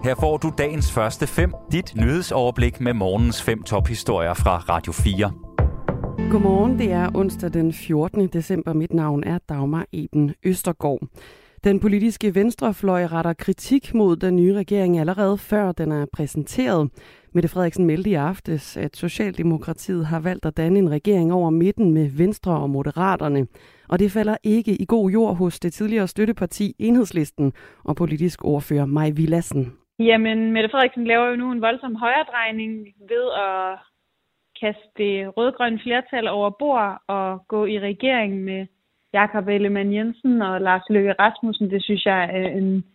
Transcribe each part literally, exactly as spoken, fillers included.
Her får du dagens første fem, dit nyhedsoverblik med morgens fem tophistorier fra Radio fire. Godmorgen, det er onsdag den fjortende december. Mit navn er Dagmar Eben Østergaard. Den politiske venstrefløj retter kritik mod den nye regering allerede før den er præsenteret. Mette Frederiksen meldte i aftes, at Socialdemokratiet har valgt at danne en regering over midten med Venstre og Moderaterne. Og det falder ikke i god jord hos det tidligere støtteparti Enhedslisten og politisk ordfører Mai Villadsen. Jamen, Mette Frederiksen laver jo nu en voldsom højredrejning ved at kaste det rød-grønne flertal over bord og gå i regering med Jakob Ellemann-Jensen og Lars Løkke Rasmussen. Det synes jeg er en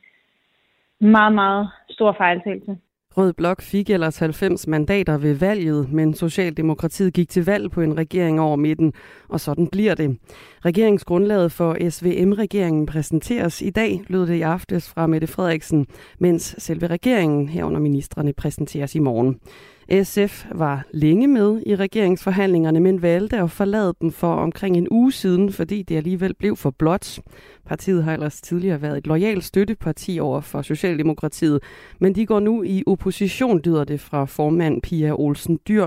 meget, meget stor fejltagelse. Rød Blok fik ellers halvfems mandater ved valget, men Socialdemokratiet gik til valg på en regering over midten, og sådan bliver det. Regeringsgrundlaget for S V M-regeringen præsenteres i dag, lød det i aftes fra Mette Frederiksen, mens selve regeringen herunder ministrene præsenteres i morgen. S F var længe med i regeringsforhandlingerne, men valgte at forlade dem for omkring en uge siden, fordi det alligevel blev for blåt. Partiet har ellers tidligere været et loyalt støtteparti over for Socialdemokratiet, men de går nu i opposition, lyder det fra formand Pia Olsen Dyhr.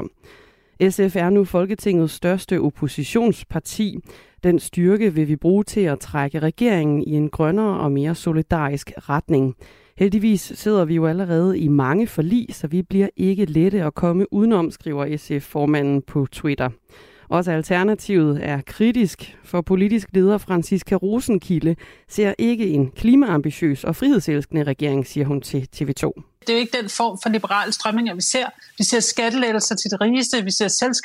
S F er nu Folketingets største oppositionsparti. Den styrke vil vi bruge til at trække regeringen i en grønnere og mere solidarisk retning. Heldigvis sidder vi jo allerede i mange forlig, så vi bliver ikke lette at komme udenom, skriver S F-formanden på Twitter. Også Alternativet er kritisk, for politisk leder Franciska Rosenkilde ser ikke en klimaambitiøs og frihedselskende regering, siger hun til T V to. Det er jo ikke den form for liberale strømninger, vi ser. Vi ser skattelettelser til de rigeste, vi ser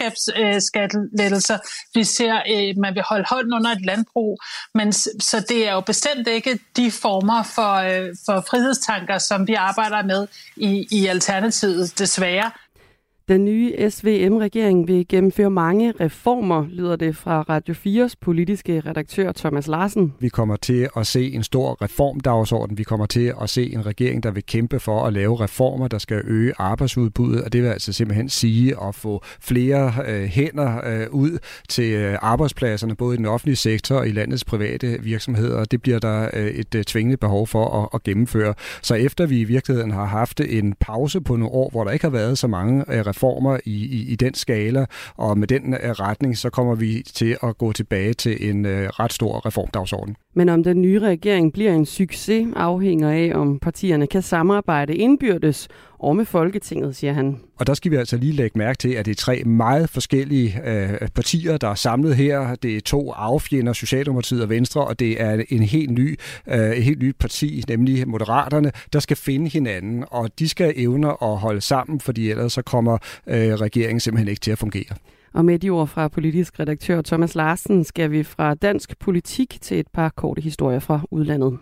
selskabsskattelettelser, vi ser, at man vil holde hånden under et landbrug. Men, så det er jo bestemt ikke de former for, for frihedstanker, som vi arbejder med i, i Alternativet, desværre. Den nye S V M-regering vil gennemføre mange reformer, lyder det fra Radio fires politiske redaktør Thomas Larsen. Vi kommer til at se en stor reformdagsorden. Vi kommer til at se en regering, der vil kæmpe for at lave reformer, der skal øge arbejdsudbuddet. Og det vil altså simpelthen sige at få flere øh, hænder øh, ud til øh, arbejdspladserne, både i den offentlige sektor og i landets private virksomheder. Det bliver der øh, et øh, tvingende behov for at, at gennemføre. Så efter vi i virkeligheden har haft en pause på nogle år, hvor der ikke har været så mange øh, reformer i, i, i den skala, og med den uh, retning, så kommer vi til at gå tilbage til en uh, ret stor reformdagsorden. Men om den nye regering bliver en succes, afhænger af, om partierne kan samarbejde indbyrdes og med Folketinget, siger han. Og der skal vi altså lige lægge mærke til, at det er tre meget forskellige øh, partier, der er samlet her. Det er to arvefjender, Socialdemokratiet og Venstre, og det er en helt ny, øh, et helt nyt parti, nemlig Moderaterne, der skal finde hinanden, og de skal evne at holde sammen, fordi ellers så kommer øh, regeringen simpelthen ikke til at fungere. Og med de ord fra politisk redaktør Thomas Larsen skal vi fra dansk politik til et par korte historier fra udlandet.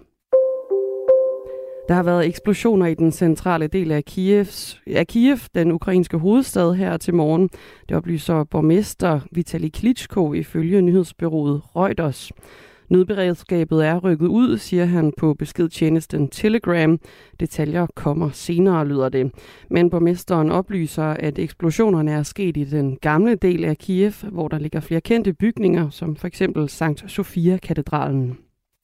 Der har været eksplosioner i den centrale del af Kiev, af Kiev, den ukrainske hovedstad, her til morgen. Det oplyser borgmester Vitali Klitschko ifølge nyhedsbureauet Reuters. Nødberedskabet er rykket ud, siger han på beskedtjenesten Telegram. Detaljer kommer senere, lyder det. Men borgmesteren oplyser, at eksplosionerne er sket i den gamle del af Kiev, hvor der ligger flere kendte bygninger, som for eksempel Sankt Sofia-katedralen.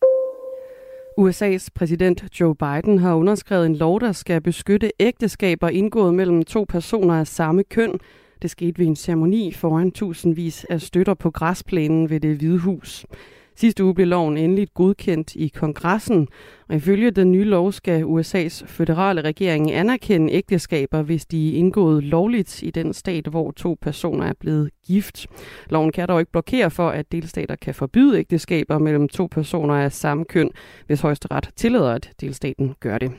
U S A's præsident Joe Biden har underskrevet en lov, der skal beskytte ægteskaber indgået mellem to personer af samme køn. Det skete ved en ceremoni foran tusindvis af støtter på græsplænen ved Det Hvide Hus. Sidste uge blev loven endeligt godkendt i kongressen, og ifølge den nye lov skal U S A's føderale regering anerkende ægteskaber, hvis de er indgået lovligt i den stat, hvor to personer er blevet gift. Loven kan dog ikke blokere for, at delstater kan forbyde ægteskaber mellem to personer af samme køn, hvis højesteret tillader, at delstaten gør det.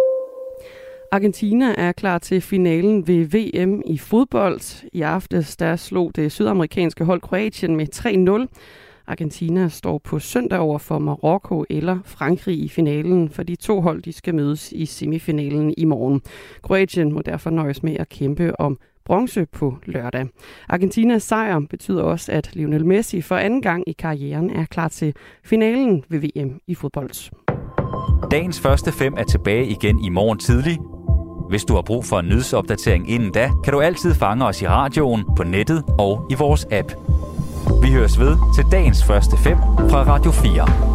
Argentina er klar til finalen ved V M i fodbold. I aftes der slog det sydamerikanske hold Kroatien med tre nul. Argentina står på søndag over for Marokko eller Frankrig i finalen, for de to hold de skal mødes i semifinalen i morgen. Kroatien må derfor nøjes med at kæmpe om bronze på lørdag. Argentinas sejr betyder også, at Lionel Messi for anden gang i karrieren er klar til finalen ved V M i fodbold. Dagens første fem er tilbage igen i morgen tidlig. Hvis du har brug for en nyhedsopdatering inden da, kan du altid fange os i radioen, på nettet og i vores app. Vi høres ved til dagens første fem fra Radio fire.